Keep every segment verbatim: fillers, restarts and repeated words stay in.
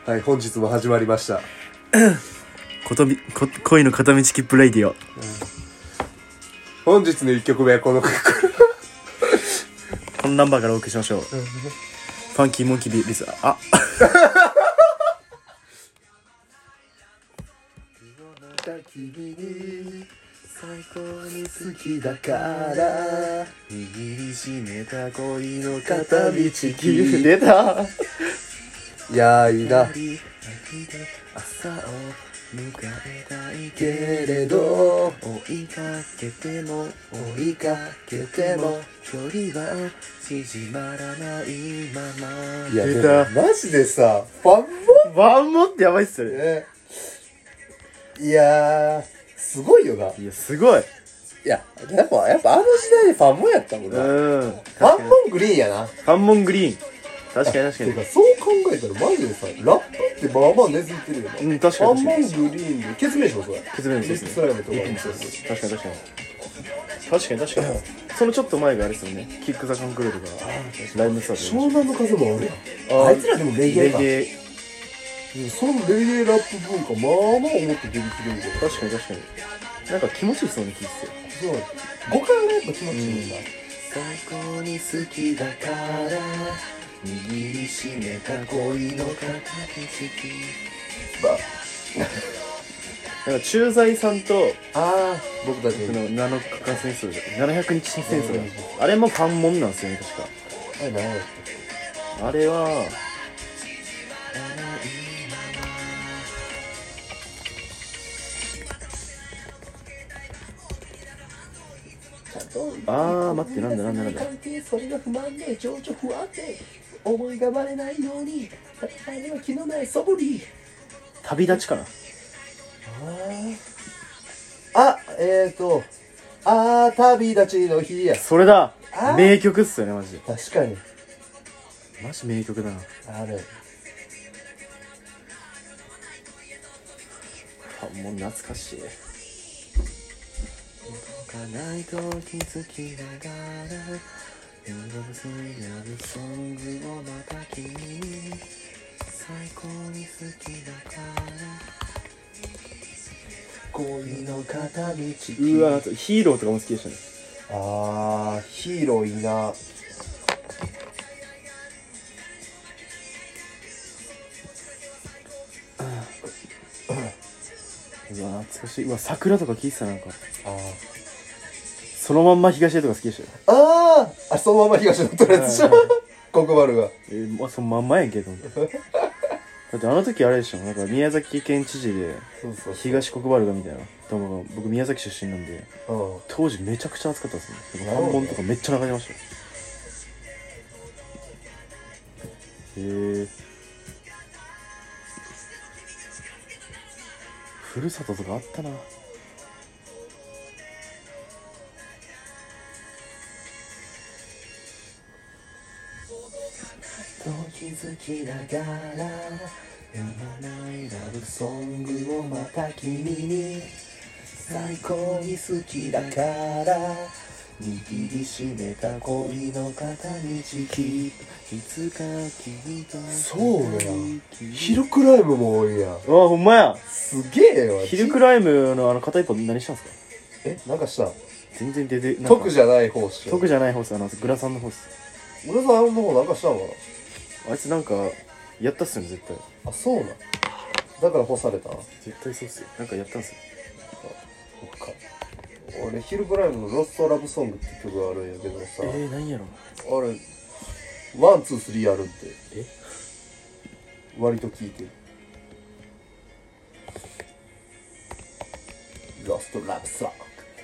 はい、本日も始まりました。 ことびこ恋の片道切符ライディオ、うん、 本日のいっきょくめはこの曲このナンバーからお送りしましょう。ファンキーモンキービリズあ君に最高に好きだから握りしめた恋の片道切符出たいやーいいな。朝を迎えたいけれど追いかけても追いかけても距離は縮まらないまま。いやでもマジでさファンモファンモってやばいっすよね。 ねいやーすごいよな。 いやすごい。 いややっぱやっぱあの時代でファンモンやったもんな。うん。ファンモングリーンやな。 ファンモングリーン。確かに確かに。 てかそう考えたらマジでさラップってまあまあ根付いてるよな。 うん確かに。 ファンモングリーンでケツメイシもそうや。 ケツメイシリップスライムとかもそう。 確かに確かに。確かに確かに。そのちょっと前があれですよね。キックザカンクルーとかライムスター湘南の風もあるやん。あいつらでもレゲエか。レゲエ。そのレゲエラップ文化まあまあ思って出てきてるんだけど。 確かに確かに。なんか気持ちいいそうな気っすよ。 そう。五感がやっぱ気持ちいいんだ。最高に好きだから握りしめた恋の片道ば。 なんか駐在さんとああ僕たちのなのかか戦争じゃななひゃくにち戦争だ。あれもファンモンなんですよね確か。 あれ何やっけあれはあー待ってなんだなんだなんだそれが不満で情緒不安定思いがバレないように戦いは気のないそぶり旅立ちかな。 ああえーとあー旅立ちの日や。 それだ。名曲っすよねマジで。 確かにマジ名曲だな。 あれあもう懐かしい。動かないと気づきながらラブソングラブソングをまた君に最高に好きだから恋の片道。 うわヒーローとかも好きでしたね。 あーヒーローいいな。 うわ懐かしい。うわ桜とか聞いてた。なんかあそのまんま東へとか好きでしたよ。 あーあそのまま東の取れやつじゃん国丸がえー、まあそのまんまやんけどだってあの時あれでしょ。なんか宮崎県知事で東国原がみたいな。多分僕宮崎出身なんで、うん、当時めちゃくちゃ暑かったですね。ファンモンとかめっちゃ流れましたよ。へえ。ふるさととかあったな。 気づきながらやまないラブソングをまた君に最高に好きだから握りしめた恋の片道切符いつか君と。そうやヒルクライムも多いやん。あほんまや。 すげえよ。 ヒルクライムのあの片一方何したんすか。 えなんかした全然出て得じゃない方っしょ。 得じゃない方っす。あのグラサンの方っす。 グラサンの方なんかしたのかな。 あいつなんかやったっすよね絶対。 あそうなんだから干された。 絶対そうっすよ。なんかやったんすよ。 そっか。俺ヒルクライムのロストラブソングって曲があるんやけどさ。 えー、何やろ。 あれワンツースリーあるって。 え割と聴いてる。ロストラブソング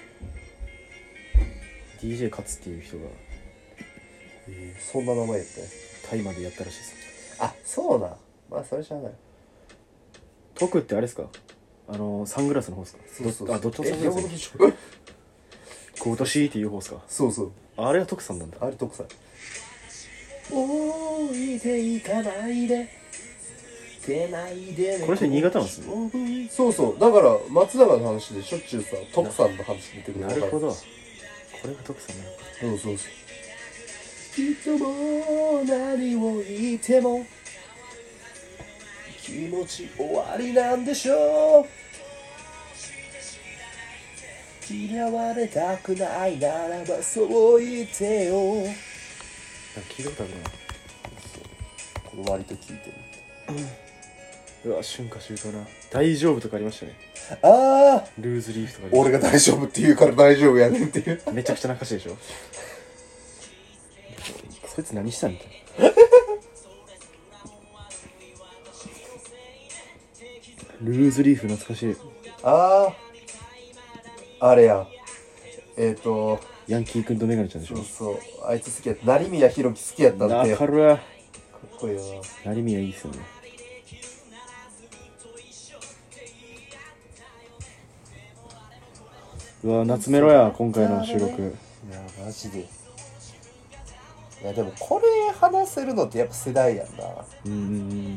ディージェー 勝つっていう人が、 えー、そんな名前やったね。 タイまでやったらしいです。 あそうな。まあそれしゃあない。 徳ってあれですか。あのサングラスの方ですか。 そうそうそう。 あどっちのサングラス。今年っていう方ですか。 そうそう。 あれは徳さんなんだ。 あれ徳さん。置いていかないで出ないでね。 これって新潟なんですね。そうそうだから松永の話でしょっちゅうさ徳さんの話出てくる。 なるほど。これが徳さんなのか。 そうそうそう。人も何を言っても君気持ち終わりなんでしょう。嫌われたくないならばそう言ってよ。 聞いたことあるな。 これ割と聞いてる。うわ、春夏秋冬な。大丈夫とかありましたね。 ああ、 ルーズリーフとか。 俺が大丈夫って言うから大丈夫やねんっていう。 めちゃくちゃな歌詞でしょ。そいつ何したんだ。ルーズリーフ懐かしい。 ああ、あれや。えっ、ー、とヤンキーくんとメガネちゃんでしょ。 そうそう、あいつ好きやった。成宮弘樹好きやったんで。 わかるわ。かっこいいよな。 成宮いいっすよね。うわ、夏メロや今回の収録。いやマジで。いやでもこれ話せるのってやっぱ世代やんな。 うんうん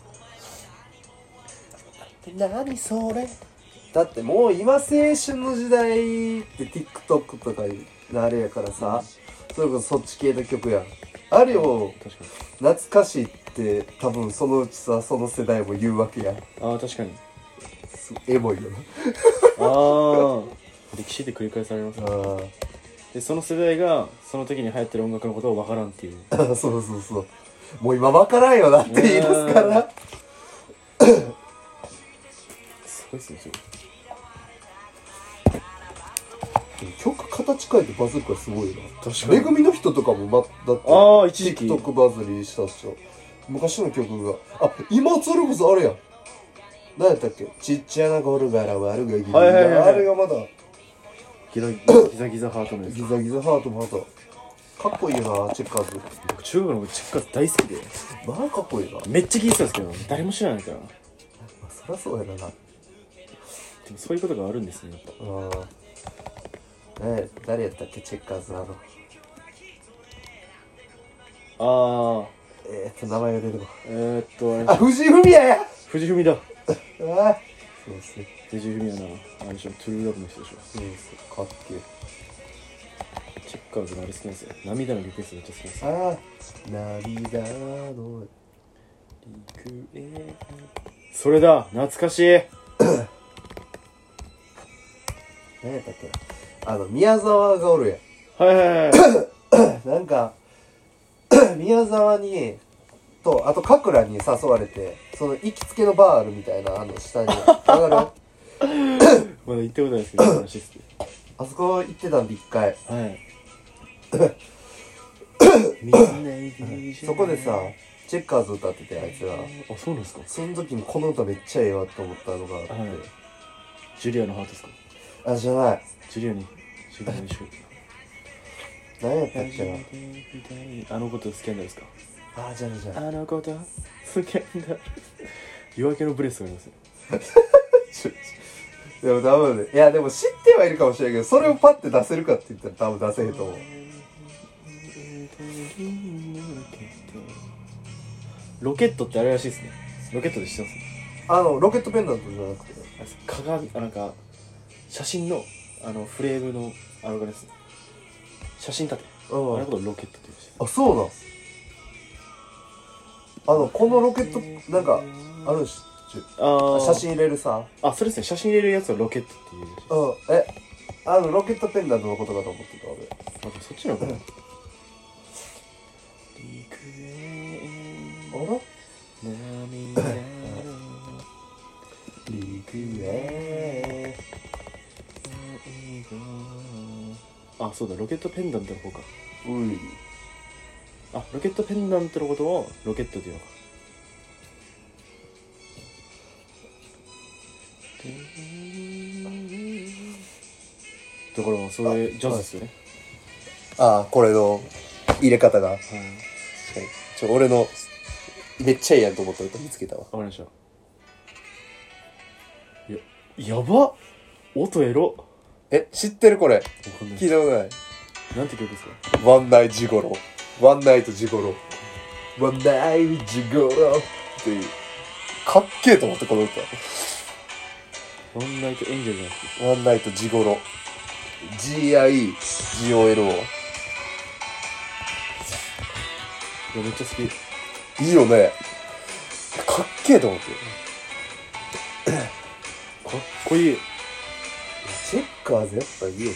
うん。何それ。だってもう今青春の時代って TikTok とかあれやからさ、それこそそっち系の曲やん。あれを懐かしいって多分そのうちさ、その世代も言うわけやん。 ああ確かに。 エモいよな。 ああ歴史で繰り返されますね。 あでその世代がその時に流行ってる音楽のことを分からんっていう。 あそうそうそう。もう今分からんよなって言いますから。 すごいっすねそれ。 曲形変えてバズるからすごいな。 確かに。 めぐみの人とかも、ま、だってああ一時期 TikTok バズりしたっしょ。昔の曲があ今それこそあれやん。何やったっけ。ちっちゃな頃から悪がギザギザ、はいはいはいはい、あれがまだギザギザギザハートのやつ。 ギザギザハートもまたかっこいいよな。チェッカーズ。 僕中学のチェッカーズ大好きで。 まあかっこいいな。 めっちゃ聴いてたんですけど誰も知らないから。まあ、そりゃそうやな。でもそういうことがあるんですねやっぱ。 ああ。え誰やったっけチェッカーズ。あのああえー、っと名前が出るわ。 えー、っとあれあ藤井フミヤや。 藤井フミだ。ああそうですね。 藤井フミヤな。あれでしょトゥルーラブの人でしょ。 そうそうかっけえ。 チェッカーズのあれ好きなんですよ。涙のリクエストめっちゃ好きなんですよ。 ああ涙のリクエそれだ懐かしい。 何やったっけな。あの宮沢がおるやん。はいはいはい。なんか宮沢にとあとカクラに誘われて、その行きつけのバーあるみたいなあの下にわかる。 まだ行ったことないですけど話好き。 あそこ行ってたんで一回。 はいそこでさチェッカーズ歌っててあいつが。 あそうなんですか。 その時にこの歌めっちゃええわと思ったのがあって、はい、 ジュリアのハートですか。 あじゃない。 ジュリアにジュリアにしよう。何やったっけな。あのことスキャンダルですか。 あじゃあじゃああのことスキャンダル。夜明けのブレスがありますよ。 でも多分ね、いやでも知ってはいるかもしれないけど、それをパッて出せるかって言ったら多分出せへんと思う。 ロケットってあれらしいですね。ロケットで知ってます？ あのロケットペンダントじゃなくて鏡、あなんか写真のあのフレームのあれがですね、写真立て、あれのことをロケットって言うんですよ。 あそうなん。あのこのロケットなんかあるし、あ写真入れるさあそれですね、写真入れるやつをロケットっていう。 うんえあのロケットペンダントのことかと思ってた俺。 あそっちなのかな。 あらリクエあそうだロケットペンダントの方か。 ういあロケットペンダントのことをロケットっていうのか。だからそれジャズですよね。 ああこれの入れ方が、はい、ちょ俺のめっちゃいいやんと思った歌見つけたわ。 わかりました。ややば音エロ。 え知ってるこれ。聞いたことない。 なんて曲ですか。 ワンナイトジゴロワンナイトジゴロワンナイトジゴロっていうかっけえと思ってこの歌。 ワンナイトエンジェルじゃなくてワンナイトジゴロ ジーアイジーオーエルオー。 いやめっちゃ好き。 いいよね。かかっけえと思ってかっこいい。 チェッカーズやっぱいいよ。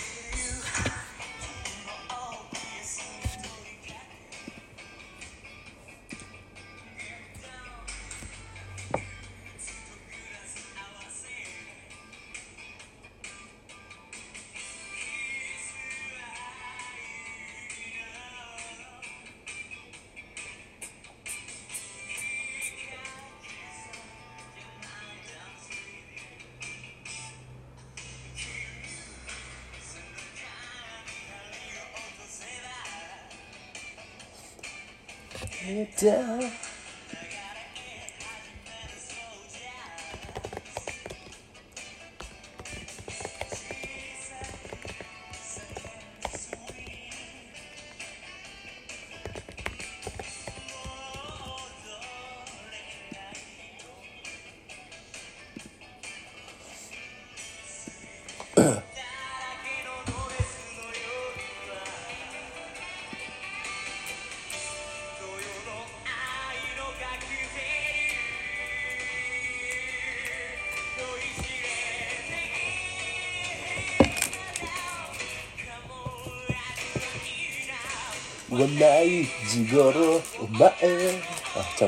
はない地頃お前あちゃう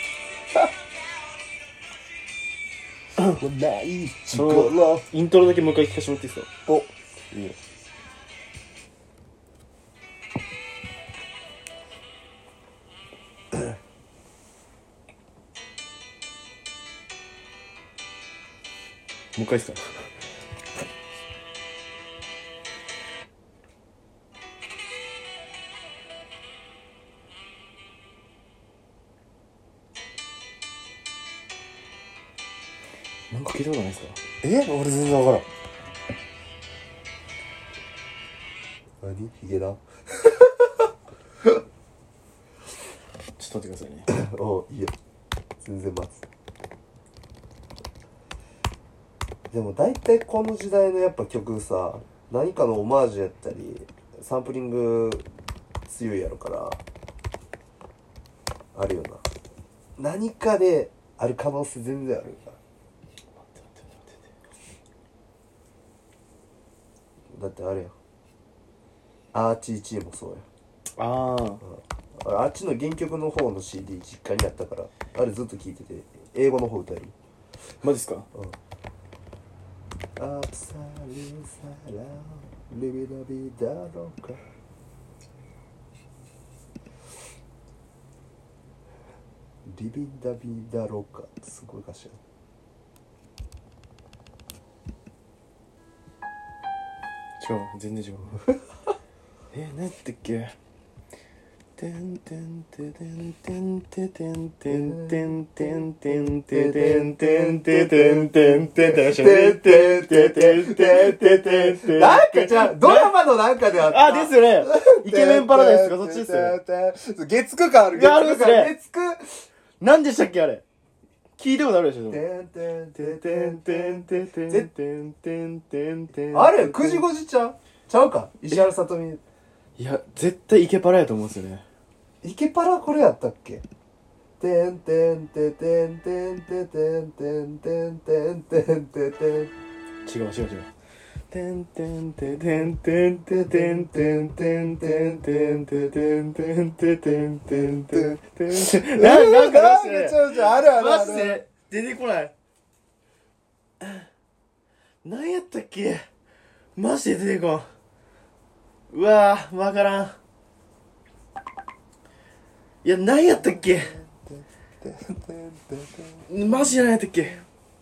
わはない地頃イントロだけもう一回聞かせてもらっていいですか？ おいいよ。 もう一回ですか？なんか聞いたことないですか？ え俺全然わからん。何ヒゲだちょっと待ってくださいね。 おいいよ全然待つ。でも大体この時代のやっぱ曲さ、何かのオマージュやったりサンプリング強いやろからあるよな。何かである可能性全然あるよな。だってあれやん、アーチーチーもそうや。 ああ、 うん、あっちの原曲の方の シーディー 実家にあったからあれずっと聴いてて英語の方歌える。 マジっすか？ うん。アプサリサラリビラビダロカリビダビダロカってすごい歌詞や。 違う、全然違う。え、何やったっけ？てんてんててんてんててんてんてんてんてんててんてんててんてんてんてんてんてんてんてんてんてんてん。 なんかじゃあドラマのなんかであった。 あ、ですよね。イケメンパラダイスとかそっちですよね。 月9感ある。 あるっすね。 月9。 何でしたっけあれ。聞いたことあるでしょ。 てんてんてんてんてんてんてんてんてんてんてん。 あれくじごじちゃうちゃうか石原さとみ。 いや絶対イケパラやと思うんですよね。 イケパラこれやったっけ？てんてんててんてんててんてんてんてんてんててん。違う違う違う。てんてんててんてんててんてんてんてんてんててんてんててんてんてんてん。ななんかマジであるあるマジで出てこない。何やったっけ？マジで出てこん。うわーわからん。いや何やったっけ？マジで何やったっけ？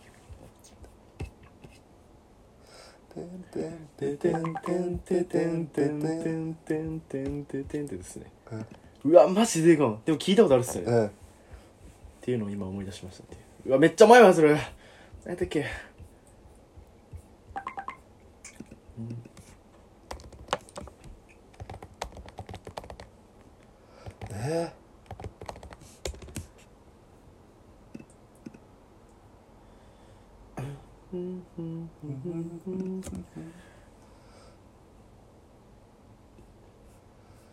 てんてんてんてんてんてんてんてんてんてんてんてんてんってですね。うわマジで出てこん。でも聞いたことあるっすよね。っていうのを今思い出しましたっていう。うわめっちゃ前はそれ。何やったっけ？ え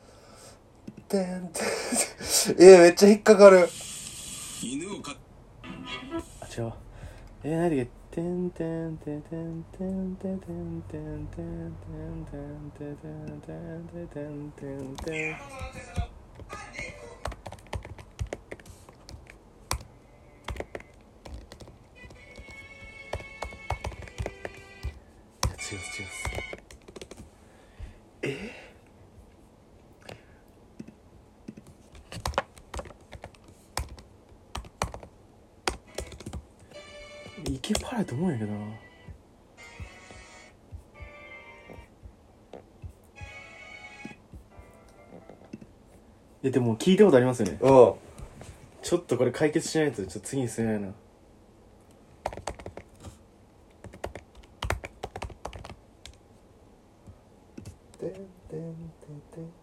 てんてんえー、めっちゃ引っかかる。犬を飼しよう。えー、何だっけ。てんてんてんてんてんてんてんてんてんてんてんてんてんてんてんてんてんてん。違う違う。えイケパラやと思うんやけどな。え、でも聞いたことありますよね。 うん。 ちょっとこれ解決しないとちょっと次に進めないな。 てんてんてんてんてんてんてん。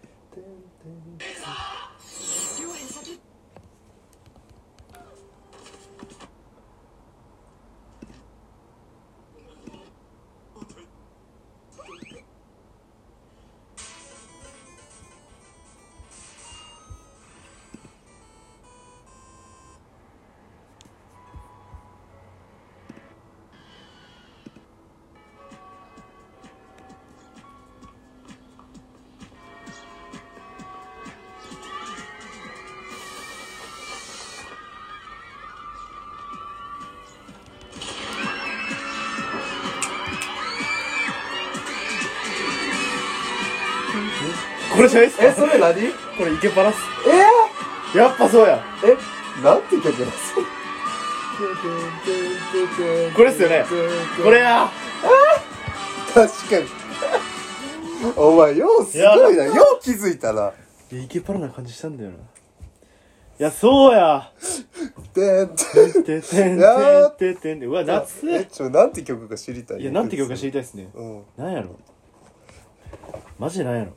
これじゃないっすか。 え、それ何？ これイケパラっす。 えやっぱそうや。 ー、え、なんて曲やそれ。 これっすよね。これや。 確かに。お前ようすごいな。よう気づいたな。 イケパラな感じしたんだよな。いや、そうや。 てんてんてんてんてんてんてん。うわ、夏。 え、ちょ、なんて曲か知りたい。 いや、なんて曲か知りたいですね。 うん。 なんやろ。マジでなんやろ。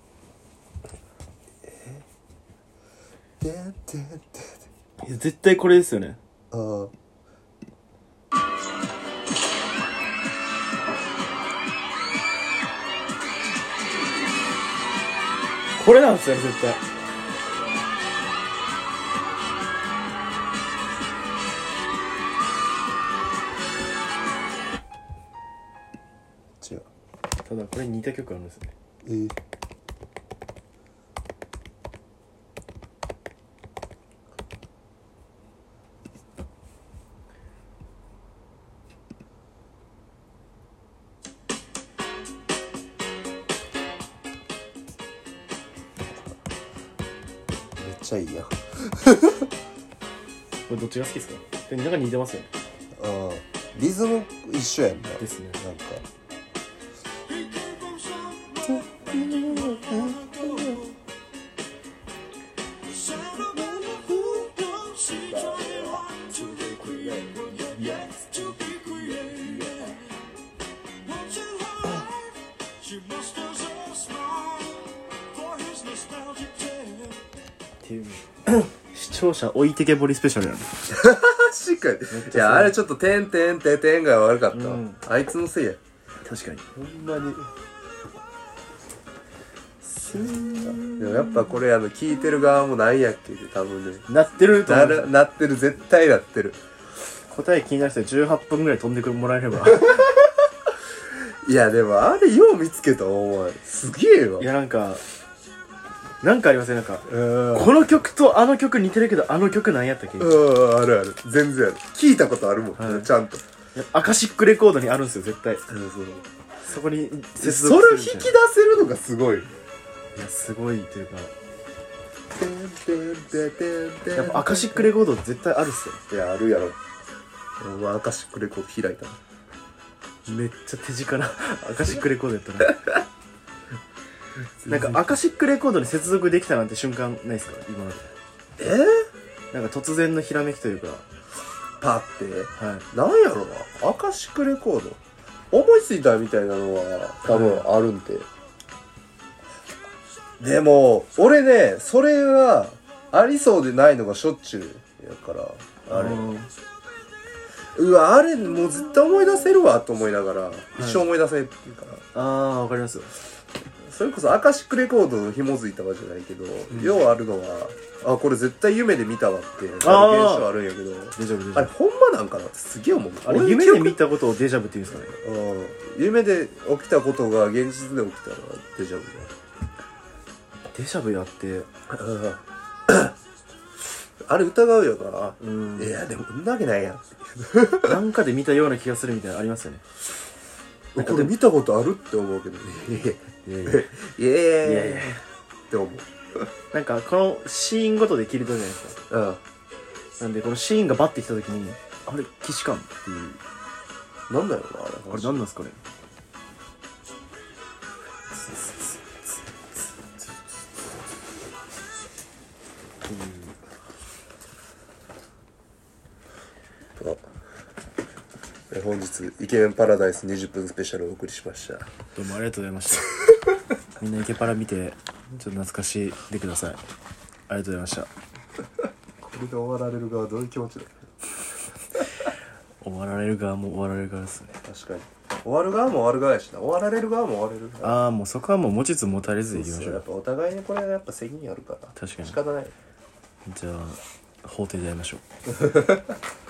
てんてんてん。 いや、絶対これですよね。 うん。 これなんですよね、絶対。 違う。 ただこれに似た曲あるんですよね。 えーめっちゃいいやん。 これどっちが好きですか。でなんか似てますよね。 ああ、リズム一緒やんな。 ですね。 なんか。 っていう視聴者置いてけぼりスペシャルやな。 確かに。いや、あれちょっとてんてんてんてんが悪かったわ、 うん、 あいつのせいや。 確かに。 ほんまに。でもやっぱこれあの聞いてる側もなんやっけって多分ねなってると思う。 なるなってる、絶対なってる。 答え気になる人はじゅうはっぷんぐらい飛んでくもらえれば。 いやでもあれよう見つけたお前すげえわ。 いやなんかなんかありません、なんかうんこの曲とあの曲似てるけどあの曲なんやったっけ。 うん、あるある、全然ある、聞いたことあるもん、 はい、 ちゃんと。 アカシックレコードにあるんですよ絶対。 うん、そうそこに接それを引き出せるのがすごい。 いやすごいというか、 てんてんてんてんてん、 やっぱアカシックレコード絶対あるっすよ。 いやあるやろ。俺アカシックレコード開いたのめっちゃ手近なアカシックレコードやったらなんかアカシックレコードに接続できたなんて瞬間ないですか今まで。 えなんか突然のひらめきというか、 パって、 はい、 なんやろな、アカシックレコード思いついたみたいなのは多分あるんで、でも俺ねそれはありそうでないのがしょっちゅうやからあれ、うわあれもう絶対思い出せるわと思いながら、はい、一生思い出せっていうから。 ああわかりますよ。 それこそアカシックレコードの紐づいたわけじゃないけど、うん、要はあるのはあこれ絶対夢で見たわってなる現象あるんやけど、 デジャブデジャブあれほんまなんかなってすげえ思う。 あれ夢で見たことをデジャブって言うんですかね。 うん、夢で起きたことが現実で起きたらデジャブだ。 デジャブやってあれ疑うよな。 うん、 いやでもそんなわけないやんなんかで見たような気がするみたいなのありますよね。 これ見たことあるって思うけどね。いやいやいやいやいやって思う。 なんかこのシーンごとで切り取るじゃないですか。うん。なんでこのシーンがバッてきた時にあれ既視感っていう。 なんだろうなあれ。 あれなんなんですかね。 うん。本日イケメンパラダイスにじゅっぷんスペシャルをお送りしました。 どうもありがとうございましたみんなイケパラ見てちょっと懐かしんでください。ありがとうございました。 これで終わられる側どういう気持ちだ終わられる側も終わられる側ですね。 確かに終わる側も終わる側やしな、終わられる側も終われる側。 ああもうそこはもう持ちつ持たれずでいきましょう。 そうそう、やっぱお互いにこれがやっぱ責任あるから確かに仕方ない。 じゃあ法廷でやりましょう